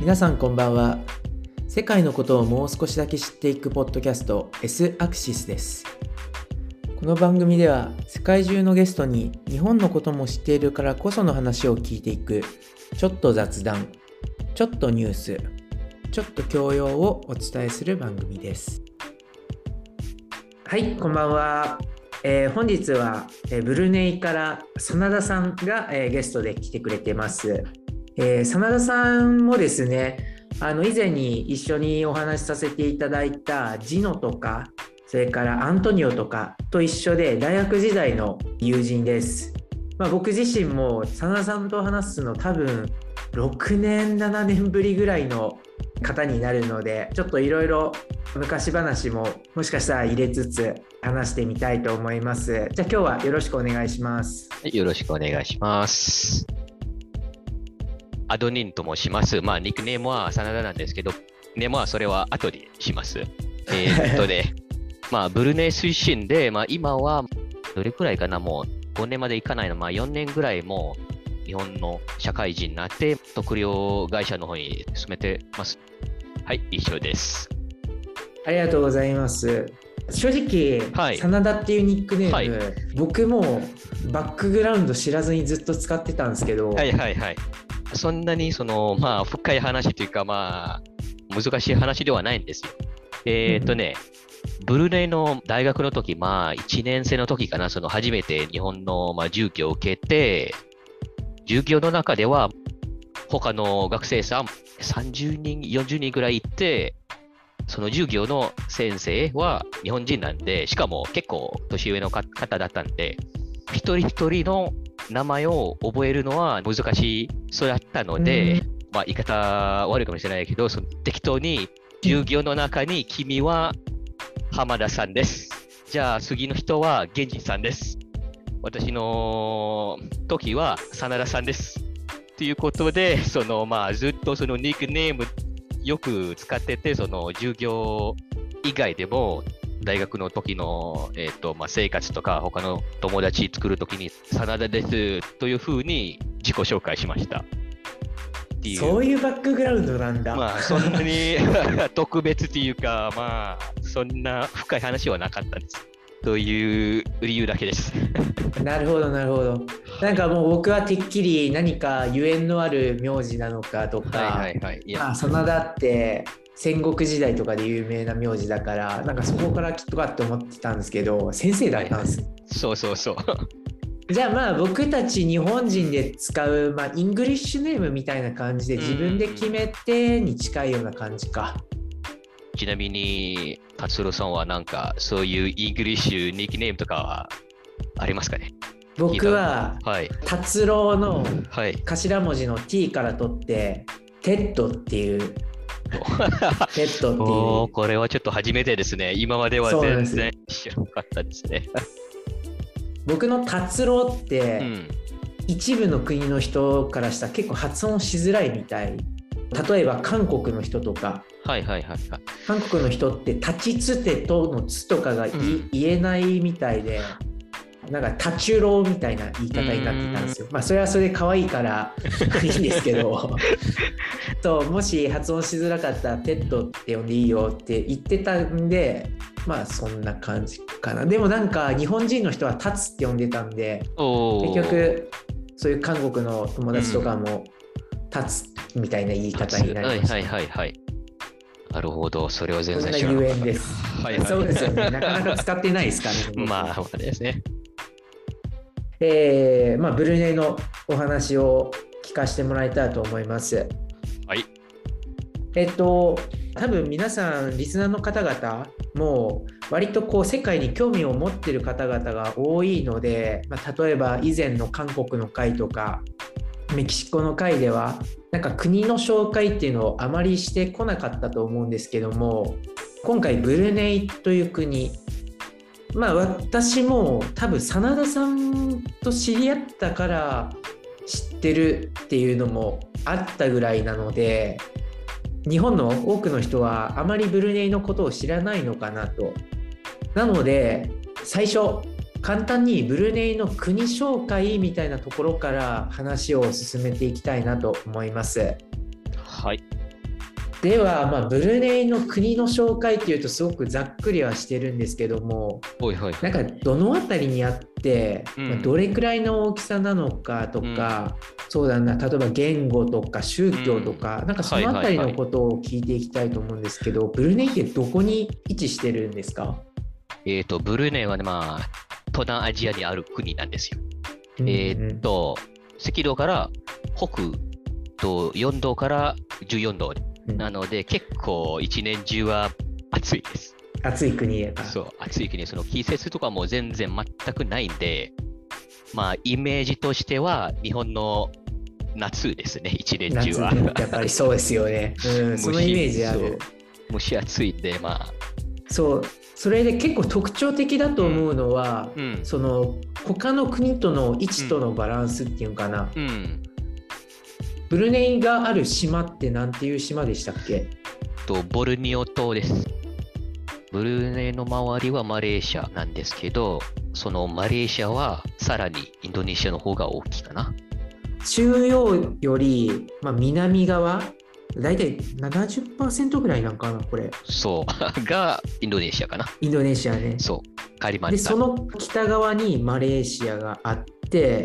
皆さんこんばんは。世界のことをもう少しだけ知っていくポッドキャスト S アクシスです。この番組では世界中のゲストに日本のことも知っているからこその話を聞いていく、ちょっと雑談、ちょっとニュース、ちょっと教養をお伝えする番組です。はい、こんばんは。本日は、ブルネイから真田さんが、ゲストで来てくれてます。真田さんもですね、以前に一緒にお話しさせていただいたジノとか、それからアントニオとかと一緒で大学時代の友人です。僕自身も真田さんと話すの多分6年7年ぶりぐらいの方になるので、ちょっといろいろ昔話ももしかしたら入れつつ話してみたいと思います。じゃあ今日はよろしくお願いします。 はい、よろしくお願いします。アドニンと申します。ニックネームは真田なんですけど、ネームはそれは後でします。ブルネイ出身で、今はどれくらいかな、もう5年までいかないの、4年ぐらいも日本の社会人になって、測量会社の方に勤めてます。はい、以上です。 ありがとうございます。正直、真田っていうニックネーム、僕もバックグラウンド知らずにずっと使ってたんですけど、 そんなに深い話というか、難しい話ではないんですよ。ブルネイの大学の時、1年生の時かな、初めて日本の授業を受けて、授業の中では他の学生さん30人、40人ぐらいいて、その授業の先生は日本人なんで、しかも結構年上の方だったんで、一人一人の名前を覚えるのは難しそうだったので、言い方悪いかもしれないけど、適当に授業の中に君は浜田さんです。じゃあ次の人は源次さんです。私の時は真田さんです。ということで、ずっとそのニックネームよく使ってて、授業以外でも大学の時の、生活とか他の友達作る時に真田ですというふうに自己紹介しました。 そういうバックグラウンドなんだ。 そんなに特別っていうか、そんな深い話はなかったです。という理由だけです。 なるほどなるほど。なんかもう僕はてっきり何かゆえんのある名字なのかとか、真田って戦国時代とかで有名な名字だから、なんかそこからきっとかって思ってたんですけど、先生だったんです。 そう。 じゃあ僕たち日本人で使う、イングリッシュネームみたいな感じで自分で決めてに近いような感じか。 ちなみに達郎さんはなんかそういうイングリッシュニックネームとかはありますかね？ 僕は達郎の頭文字の T から取ってテッドっていうこれはちょっと初めてですね。今までは全然知らなかったですね。 僕の達郎って、一部の国の人からしたら結構発音しづらいみたい。例えば韓国の人とか、韓国の人って立ちつてとのつとかが言えないみたいで、なんかタチュローみたいな言い方になってたんですよ。それはそれで可愛いからいいんですけどもし発音しづらかったらテッドって呼んでいいよって言ってたんで、そんな感じかな。でもなんか日本人の人はタツって呼んでたんで、結局そういう韓国の友達とかもタツみたいな言い方になりました。 なるほど、それは全然知らなかった。 そんなゆえんです。そうですよね。なかなか使ってないですかね。 ですね。 ブルネイのお話を聞かせてもらいたいと思います。多分皆さんリスナーの方々も割と世界に興味を持っている方々が多いので、例えば以前の韓国の回とかメキシコの回ではなんか国の紹介っていうのをあまりしてこなかったと思うんですけども、今回ブルネイという国、私も多分真田さんと知り合ったから知ってるっていうのもあったぐらいなので、日本の多くの人はあまりブルネイのことを知らないのかなと。なので最初簡単にブルネイの国紹介みたいなところから話を進めていきたいなと思います。 では、ブルネイの国の紹介っていうとすごくざっくりはしてるんですけども、 はいはい。 なんかどのあたりにあって、どれくらいの大きさなのかとか、そうだな、例えば言語とか宗教とか、なんかそのあたりのことを聞いていきたいと思うんですけど、ブルネイってどこに位置してるんですか？ ブルネイはね、東南アジアにある国なんですよ。赤道から北と4度から14度なので、結構一年中は暑いです。 暑い国やから。 そう、暑い国、その季節とかも全然全くないんで、イメージとしては日本の夏ですね、一年中は。 やっぱりそうですよね。そのイメージある。 蒸し暑いんで、 そう、それで結構特徴的だと思うのは、その他の国との位置とのバランスっていうかな。ブルネイがある島ってなんていう島でしたっけ？ ボルニオ島です。ブルネイの周りはマレーシアなんですけど、そのマレーシアはさらにインドネシアの方が大きいかな。 中央より、南側、だいたい 70% ぐらいなんかな、これ。 そうがインドネシアかな。 インドネシアね。 そう、カリマンタン。 で、その北側にマレーシアがあって、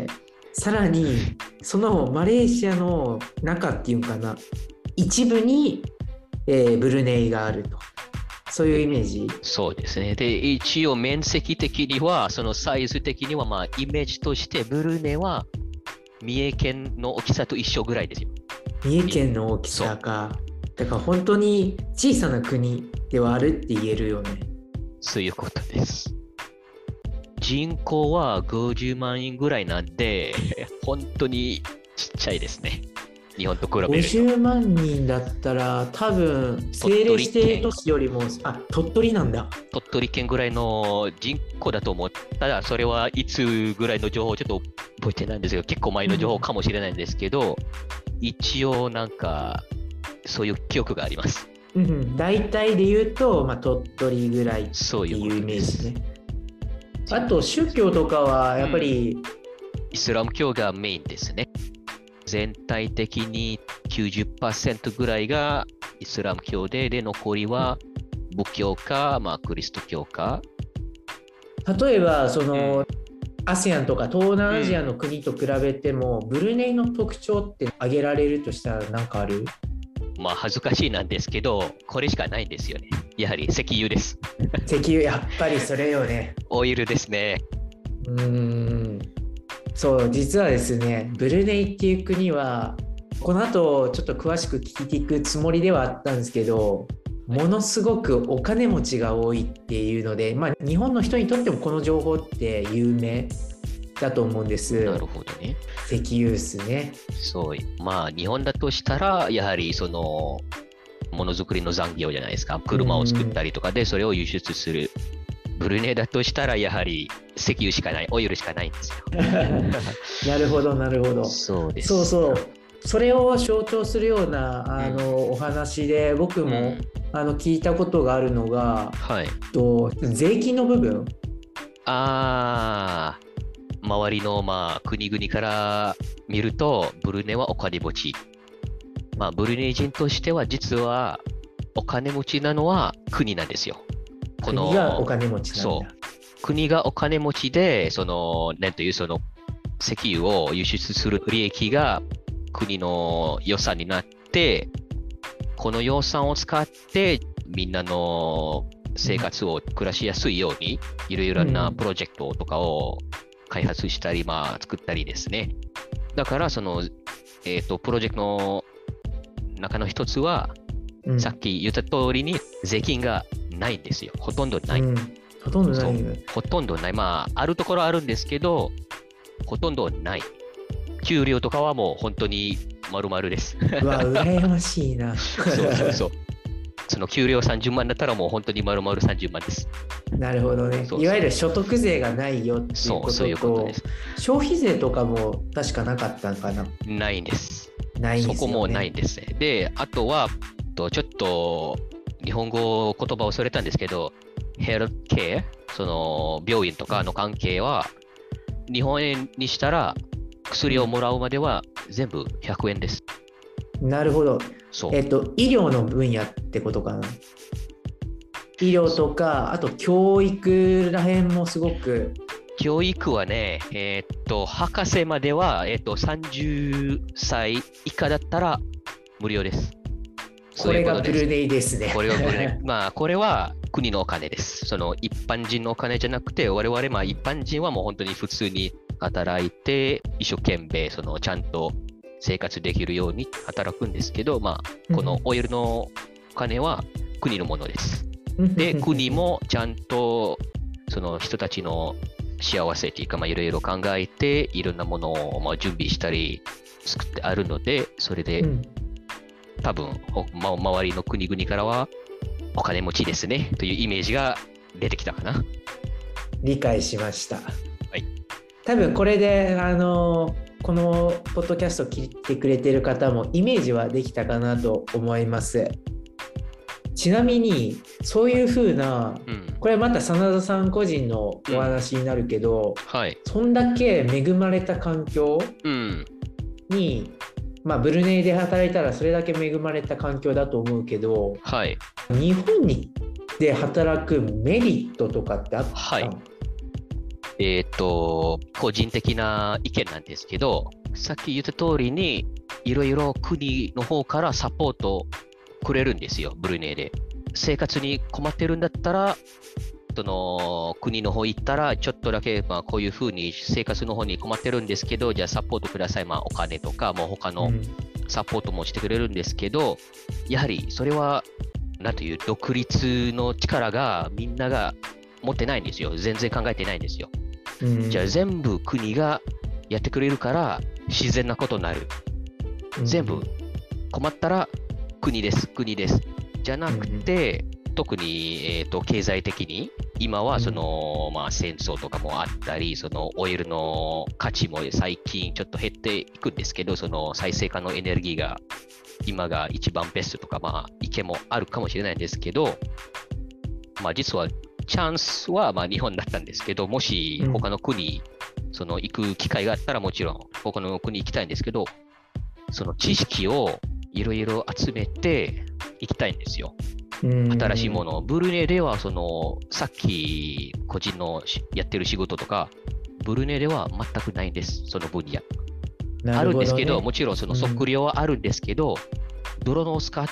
さらにそのマレーシアの中っていうかな、一部に、ブルネイがあると。そういうイメージ？ そうですね。で、一応面積的には、そのサイズ的には、イメージとしてブルネイは三重県の大きさと一緒ぐらいですよ。 三重県の大きさか。だから本当に小さな国ではあるって言えるよね。 そういうことです。人口は50万人ぐらいなんで、本当にちっちゃいですね。日本と比べると。 50万人だったら多分政令指定都市よりも、鳥取なんだ。 鳥取県ぐらいの人口だと思ったら、それはいつぐらいの情報ちょっと覚えてないんですけど、結構前の情報かもしれないんですけど、一応なんかそういう記憶があります。 大体で言うと、鳥取ぐらいっていうイメージね。あと宗教とかはやっぱり、 イスラム教がメインですね。全体的に 90% ぐらいがイスラム教で、残りは仏教か、クリスト教か。 例えばその、ASEAN とか東南アジアの国と比べても、ブルネイの特徴って挙げられるとしたら何かある？ 恥ずかしいなんですけど、これしかないんですよね。やはり石油です。 石油、やっぱりそれよね。 オイルですね。 そう、実はですね、ブルネイっていう国は、この後ちょっと詳しく聞いていくつもりではあったんですけど、ものすごくお金持ちが多いっていうので、日本の人にとってもこの情報って有名だと思うんです。 なるほどね。 石油ですね。 そう、日本だとしたら、やはりそのものづくりの産業じゃないですか。車を作ったりとかでそれを輸出する。ブルネイだとしたらやはり石油しかない、オイルしかないんですよ。 なるほど、なるほど。 そうです。 それを象徴するようなお話で僕も、聞いたことがあるのが、税金の部分。 周りの国々から見るとブルネイはお金持ち。ブルネイ人としては実はお金持ちなのは国なんですよ。 国がお金持ちなんだ。 そう。国がお金持ちで、なんというその石油を輸出する利益が国の予算になって、この予算を使ってみんなの生活を暮らしやすいように、いろいろなプロジェクトとかを開発したり、作ったりですね。だから、プロジェクトの中の一つは、さっき言った通りに税金がないんですよ。ほとんどない。 ほとんどない。 ほとんどない。あるところあるんですけど、ほとんどない。給料とかはもう本当に丸々です。 うわ、羨ましいな。 そう。その給料30万だったらもう本当に丸々30万です。 なるほどね。いわゆる所得税がないよっていうことと、 そういうことです。 消費税とかも確かなかったのかな。 ないんです。 ないんですよね。 そこもないんですね。で、あとは、ちょっと日本語言葉をそれたんですけど、ヘルケア、その病院とかの関係は、日本円にしたら薬をもらうまでは全部100円です。 なるほど。 そう。 医療の分野ってことかな。医療とか、あと教育らへんもすごく。 教育はね、博士までは、30歳以下だったら無料です。 これがブルネイですね。 これはブルネイ。まあ、これは国のお金です。その一般人のお金じゃなくて、我々、まあ一般人はもう本当に普通に働いて、一生懸命、ちゃんと生活できるように働くんですけど、まあ、このオイルのお金は国のものです。で、国もちゃんと、その人たちの幸せというか、まあ、いろいろ考えて、いろんなものをまあ準備したり作ってあるので、それで、多分、周りの国々からはお金持ちですねというイメージが出てきたかな。 理解しました。 はい。 多分これでこのポッドキャストを聞いてくれている方もイメージはできたかなと思います。ちなみにそういうふうな、これはまた真田さん個人のお話になるけど、 はい、 そんだけ恵まれた環境に、まあ、ブルネイで働いたらそれだけ恵まれた環境だと思うけど、 はい、 日本で働くメリットとかってあったの？ はい、個人的な意見なんですけど、さっき言った通りにいろいろ国の方からサポートくれるんですよ、ブルネイで。生活に困ってるんだったら、その国の方行ったら、ちょっとだけ、まあ、こういうふうに生活の方に困ってるんですけど、じゃあサポートください、まあ、お金とか、もう他のサポートもしてくれるんですけど、やはりそれは、なんという、独立の力がみんなが持ってないんですよ。全然考えてないんですよ。じゃあ全部国がやってくれるから自然なことになる。全部困ったら国です、国です。じゃなくて、特に、経済的に、今はまあ、戦争とかもあったり、オイルの価値も最近ちょっと減っていくんですけど、再生可能エネルギーが今が一番ベストとか、まあ、意見もあるかもしれないんですけど、まあ、実はチャンスはまあ日本だったんですけど、もし他の国、行く機会があったらもちろん他の国行きたいんですけど、その知識をいろいろ集めていきたいんですよ。新しいもの。ブルネイではさっき個人のやってる仕事とか、ブルネイでは全くないんです、その分野。あるんですけど、もちろん測量はあるんですけど、ドローンを使って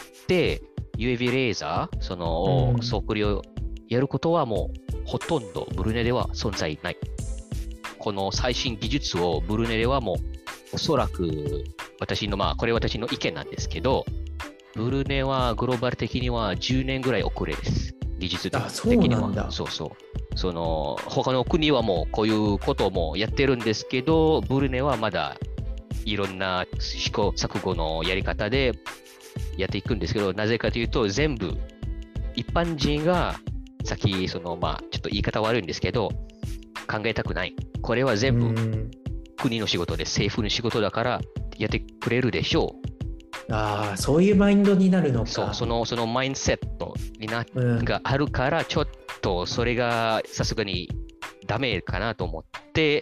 UAV レーザー、測量やることはもうほとんどブルネイでは存在ない。この最新技術をブルネイではもうおそらくこれ私の意見なんですけど、ブルネイはグローバル的には10年ぐらい遅れです。技術的には。 そうなんだ。 そうそう。他の国はもうこういうこともやってるんですけど、ブルネイはまだいろんな試行錯誤のやり方でやっていくんですけど、なぜかというと全部一般人がさっきちょっと言い方悪いんですけど、考えたくない。これは全部国の仕事で政府の仕事だからやってくれるでしょう。 そういうマインドになるのか。 そのマインセットがあるから、ちょっとそれがさすがにダメかなと思って、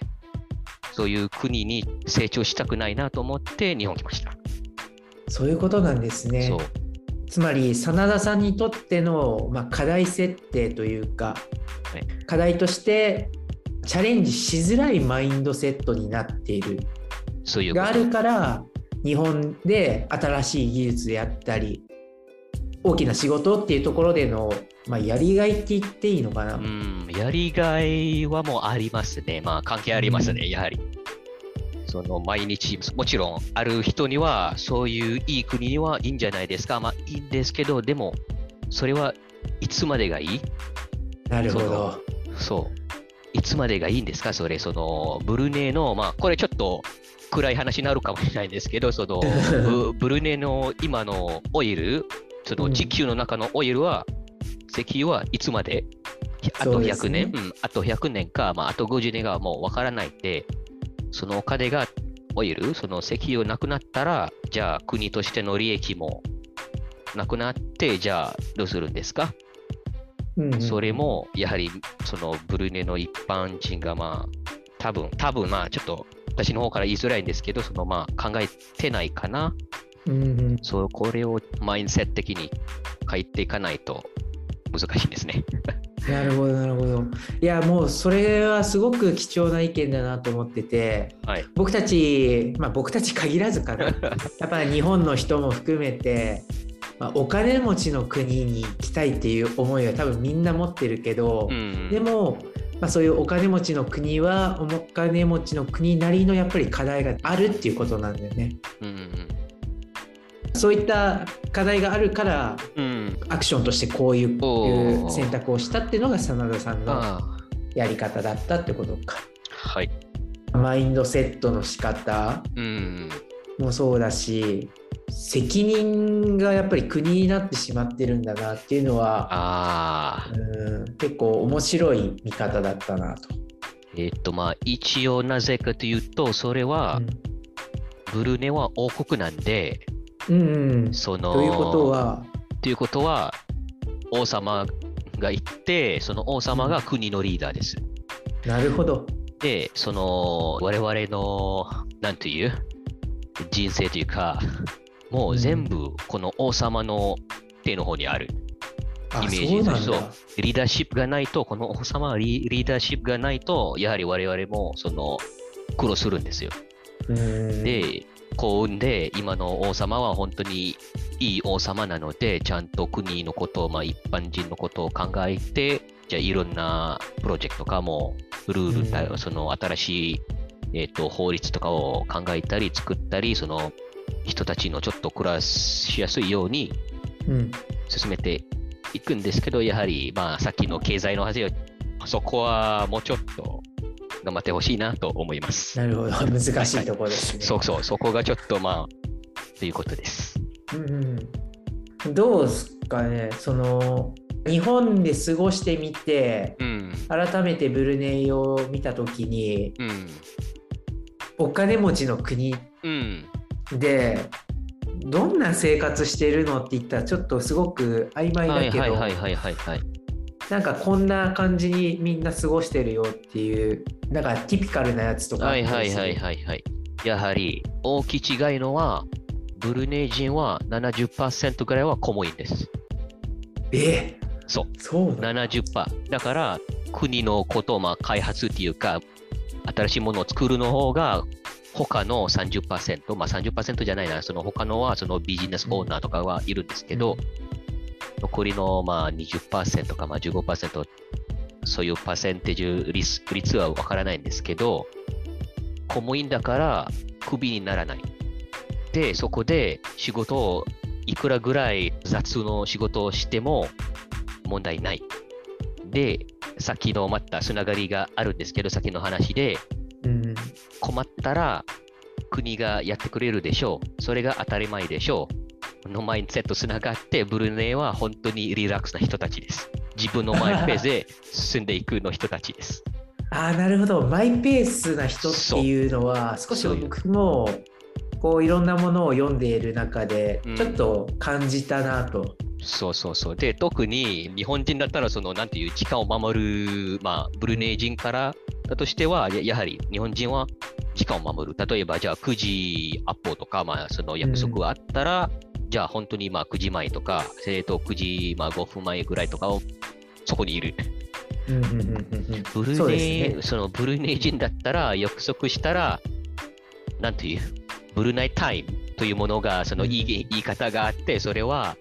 そういう国に成長したくないなと思って日本来ました。 そういうことなんですね。つまり真田さんにとっての、課題設定というか、課題としてチャレンジしづらいマインドセットになっているがあるから、日本で新しい技術であったり大きな仕事っていうところでの、やりがいって言っていいのかな。 やりがいはもうありますね。関係ありますね、やはり。毎日、もちろんある人にはそういういい国にはいいんじゃないですか。いいんですけど、でもそれはいつまでがいい？ なるほど。 いつまでがいいんですか？ブルネイの、これちょっと暗い話になるかもしれないんですけど、ブルネイの今のオイル、地球の中のオイルは、石油はいつまで、あと100年、あと100年か、あと50年がもうわからないんで、そのお金がオイル、石油なくなったら、じゃあ国としての利益もなくなって、じゃあどうするんですか？それもやはりブルネイの一般人が多分ちょっと私の方から言いづらいんですけど、考えてないかなうんうん、 そう、これをマインドセット的に変えていかないと難しいですね。 なるほど、なるほど。いや、もうそれはすごく貴重な意見だなと思ってて、 はい。 僕たち、まあ僕たち限らずかな、やっぱり日本の人も含めて、まあ、お金持ちの国に行きたいっていう思いは多分みんな持ってるけど、 うん。 でも、まあ、そういうお金持ちの国はお金持ちの国なりのやっぱり課題があるっていうことなんだよね。 うん。 そういった課題があるからうん。 アクションとしてこういう選おー。 択をしたっていうのが真田さんのあやり方だったってことか。 あ、はい。 マインドセットの仕方うん。 もそうだし、責任がやっぱり国になってしまってるんだなっていうのは、 ああ、 結構面白い見方だったなと。 まあ、一応なぜかというと、それは、 うん、 ブルネは王国なんで、 うんうん。 そということの、 は、 ということは、王様がいて、その王様がうん、 国のリーダーです。 なるほど。 で、我々の、なんという、人生というか、もう全部この王様の手の方にあるイあ、 メーそうジです。そう、 なんだ。 リーダーシップがないと、この王様はリーダーシップがないと、やはり我々も苦労するんですよ。 うん。 で、幸運で、今の王様は本当にいい王様なので、ちゃんと国のことを、まあ、一般人のことを考えて、じゃあいろんなプロジェクトとかも、ルールだ、 うん新しい、法律とかを考えたり、作ったり、人たちのちょっと暮らしやすいようにうん、 進めていくんですけど、やはり、まあ、さっきの経済の話は、そこはもうちょっと頑張ってほしいなと思います。 なるほど。難しはいはい。 いところですね。 そうそう、そこがちょっとまあ、ということです。 うんうん、どうですかね。日本で過ごしてみて、 うん、 改めてブルネイを見たときに、 うん、 お金持ちの国うん。 で、どんな生活してるのって言ったらちょっとすごく曖昧はいだけど、 はいはいはいはいはい。 なんかこんな感じにみんな過ごしてるよっていう、なんかティピカルなやつとかあはいったはいはいりする。 はいはい。やはり、大きい違いのは、ブルネイ人は70%ぐらいは公務員です。 え、 そう、 そうなんだ。 70%。だから、国のことをまあ開発っていうか、新しいものを作るの方が、他の30%、まあ30%じゃないな、その他のはそのビジネスオーナーとかはいるんですけど、残りのまあ20%かまあ15%、そういうパーセンテージ率はわからないんですけど、公務員だからクビにならない。で、そこで仕事をいくらぐらい雑の仕事をしても問題ない。で、さっきのまたつながりがあるんですけど、さっきの話でうん、 困ったら国がやってくれるでしょう。それが当たり前でしょう。のマインドセットつながって、ブルネイは本当にリラックスな人たちです。自分のマイペースで進んでいくの人たちです。 ああ、なるほど。マイペースな人ってそう、 いうのは、少しそういう。 僕も、こういろんなものを読んでいる中で、ちょっうん。 と感じたなと。 そうそうそう。で、特に日本人だったら、なんていう時間を守る、まあ、ブルネイ人からだとしては、やはり日本人は時間を守る。例えば、じゃあ9時アップとか、まあ、その約束があったら、じゃあ本当にまあ9時前とか、9時まあ5分前ぐらいとかをそこにいる。 うんうんうんうんうん、 ブルそうですネイ、 ね。 ブルネイ人だったら約束したら、なんていう、ブルネイタイムというものが、 うん、 言い方があって、それは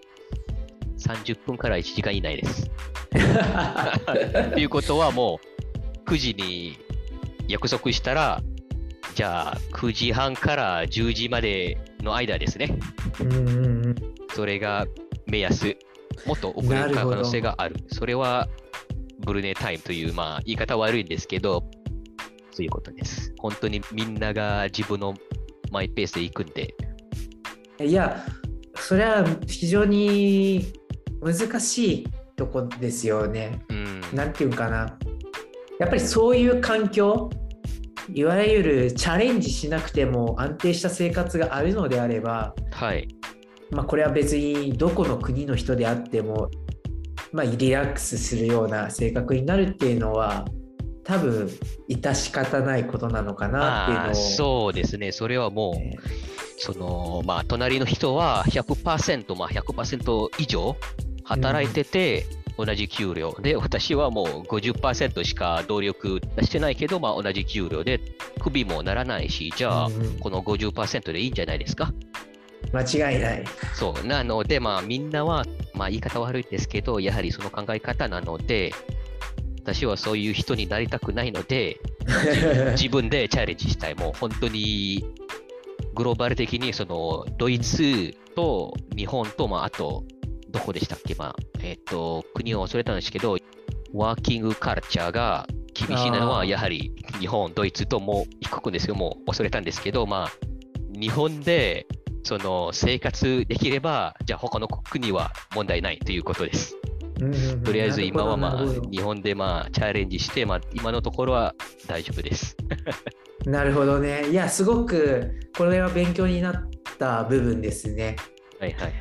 30分から1時間以内です。ということはもう9時に約束したら、じゃあ9時半から10時までの間ですね。 うんうんうん、 それが目安。もっと遅れる可能性がある。それはブルネイタイムという、まあ、言い方は悪いんですけど、そういうことです。本当にみんなが自分のマイペースで行くんで。 いや、それは非常に難しいとこですよね。 うん。 なんていうかな。やっぱりそういう環境、いわゆるチャレンジしなくても安定した生活があるのであれば、 はい。 まあ、これは別にどこの国の人であっても、まあ、リラックスするような性格になるっていうのは多分致し方ないことなのかなっていうのを。 そうですね。それはもう、隣の人は 100%、100% 以上働いてて、同じ給料で、私はもう 50% しか努力出してないけど、同じ給料で、クビもならないし、じゃあ、この 50% でいいんじゃないですか。 間違いない。 そうなので、みんなは、言い方悪いですけど、やはりその考え方なので、私はそういう人になりたくないので、自分でチャレンジしたい。もう本当にグローバル的にそのドイツと日本と、あとどこでしたっけ、国を忘れたんですけど、ワーキングカルチャーが厳しいのはやはり日本、ドイツともう一国ですよ、もう忘れたんですけど、日本でその生活できれば、じゃあ他の国は問題ないということです。とりあえず今は日本でチャレンジして、今のところは大丈夫です。 なるほどね。いや、すごくこれは勉強になった部分ですね。 はいはいはい。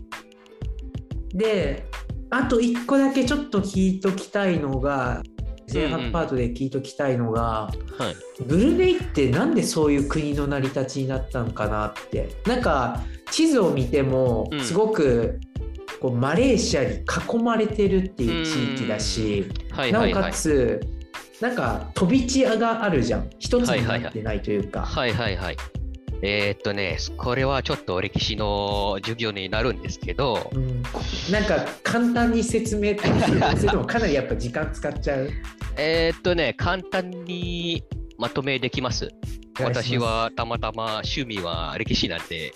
で、あと1個だけちょっと聞いときたいのが、前半パートで聞いときたいのが、ブルネイってなんでそういう国の成り立ちになったのかなって。なんか地図を見てもすごく、マレーシアに囲まれてるっていう地域だし、なおかつなんか飛び地があるじゃん。一つになってないというか。 これはちょっと歴史の授業になるんですけど、 なんか簡単に説明ってそれともかなりやっぱ時間使っちゃう？ 簡単にまとめできます。私はたまたま趣味は歴史なんで。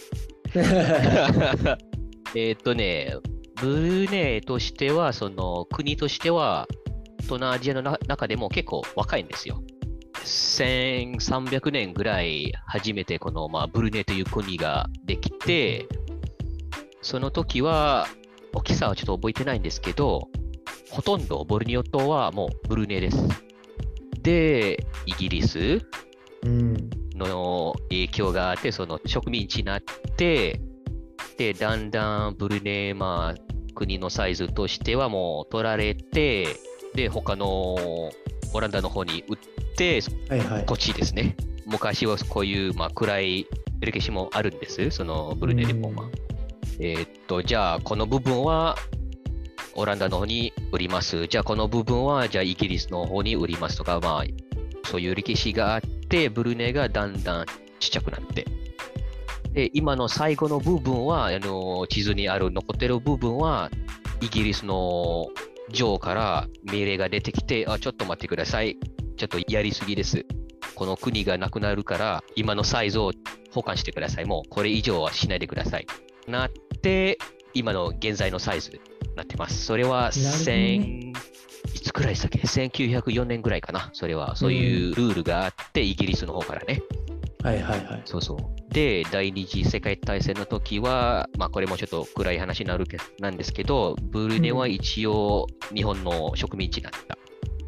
ブルネイとしては、その国としては、東南アジアの中でも結構若いんですよ。1300年ぐらい初めてこの、ブルネイという国ができて、その時は大きさはちょっと覚えてないんですけど、ほとんどボルネオ島はもうブルネイです。で、イギリスの影響があって、その植民地になって、で、だんだんブルネイ、国のサイズとしてはもう取られて、で、他のオランダの方に売って、こっちですね。昔はこういう、暗い歴史もあるんです。そのブルネイでも。じゃあ、この部分はオランダの方に売ります。じゃあ、この部分は、じゃあ、イギリスの方に売りますとか、そういう歴史があって、ブルネイがだんだんちっちゃくなって。で、今の最後の部分は、地図に残ってる部分は、イギリスの女王から命令が出てきて、ちょっと待ってください。ちょっとやりすぎです。この国がなくなるから、今のサイズを保管してください。もうこれ以上はしないでください。なって、今の現在のサイズになってます。それはいつくらいでしたっけ ?1904 年ぐらいかな。それは、そういうルールがあって、イギリスの方からね。そうそう。で、第二次世界大戦の時は、これもちょっと暗い話なんですけど、ブルネイは一応日本の植民地だった。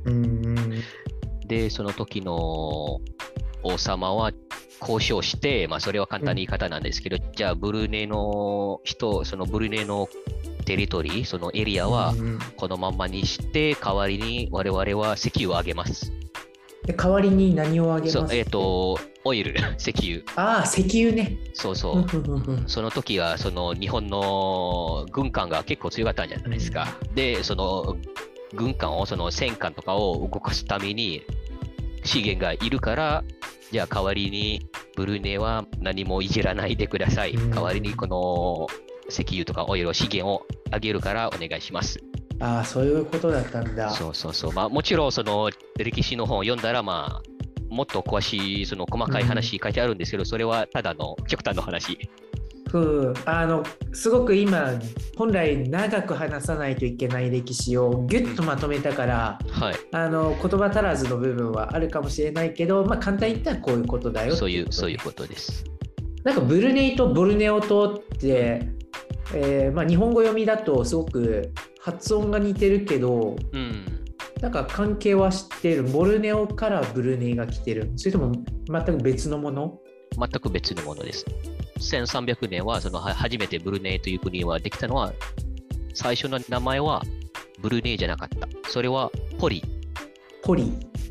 で、その時の王様は交渉して、それは簡単な言い方なんですけど、じゃあブルネイの人、そのブルネイのテリトリー、そのエリアはこのままにして、代わりに我々は石油をあげます。 代わりに何をあげます？ オイル、石油。 石油ね。 そうそう。その時は、その日本の軍艦が結構強かったんじゃないですか。で、その軍艦を、その戦艦とかを動かすために資源がいるから、じゃあ代わりにブルネイは何もいじらないでください。代わりにこの石油とかオイル、資源をあげるからお願いします。 そういうことだったんだ。 そう。もちろんその歴史の本を読んだら、もっと詳しいその細かい話書いてあるんですけど、それはただの極端の話。 すごく今本来長く話さないといけない歴史をギュッとまとめたから、言葉足らずの部分はあるかもしれないけど、簡単に言ったらこういうことだよっていうこと。 そういうことです。 なんかブルネイとボルネオ島って、日本語読みだとすごく発音が似てるけど、なんか関係は知ってる。ボルネオからブルネイが来てる。それとも全く別のもの？ 全く別のものです。1300年はその初めてブルネイという国はできたのは、最初の名前はブルネイじゃなかった。それはポリ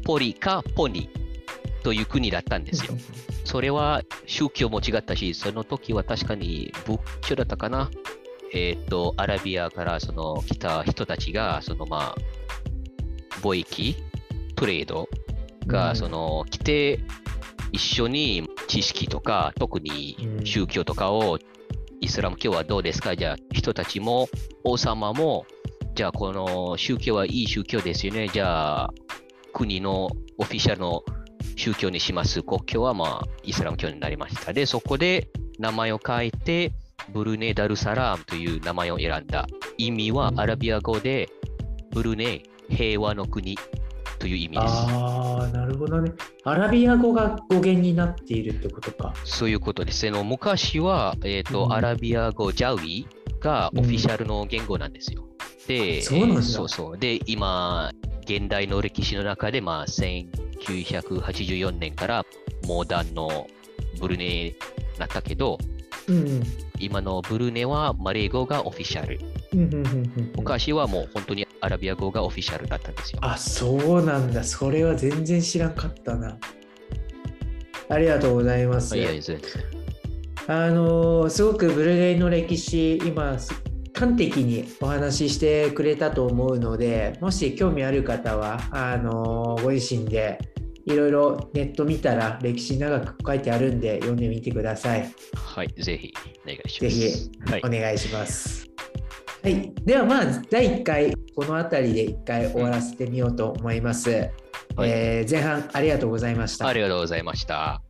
ポリかポニという国だったんですよ。それは宗教も違ったし、その時は確かに仏教だったかな。アラビアから来た人たちが、貿易、トレードが来て、一緒に知識とか、特に宗教とかを、イスラム教はどうですか、じゃあ人たちも王様も、じゃあこの宗教はいい宗教ですよね、じゃあ国のオフィシャルの宗教にします。国教はイスラム教になりました。で、そこで名前を変えて、ブルネ・ダルサラームという名前を選んだ。意味はアラビア語で、ブルネ、平和の国という意味です。 ああ、なるほどね。アラビア語が語源になっているってことか。 そういうことです。昔は、アラビア語、ジャウイがオフィシャルの言語なんですよ。で、 そうなんだ。 そうそう。で、今、現代の歴史の中で、1984年からモダンのブルネになったけど、今のブルネはマレー語がオフィシャル。昔はもう本当にアラビア語がオフィシャルだったんですよ。 あ、そうなんだ。それは全然知らんかったな。ありがとうございます。 いやいや、全然。 すごくブルネイの歴史、今、端的にお話ししてくれたと思うので、もし興味ある方は、ご自身でいろいろネット見たら歴史長く書いてあるんで読んでみてください。 はい、ぜひお願いします。ぜひお願いします。はい、では第1回この辺りで1回終わらせてみようと思います。前半ありがとうございました。 ありがとうございました。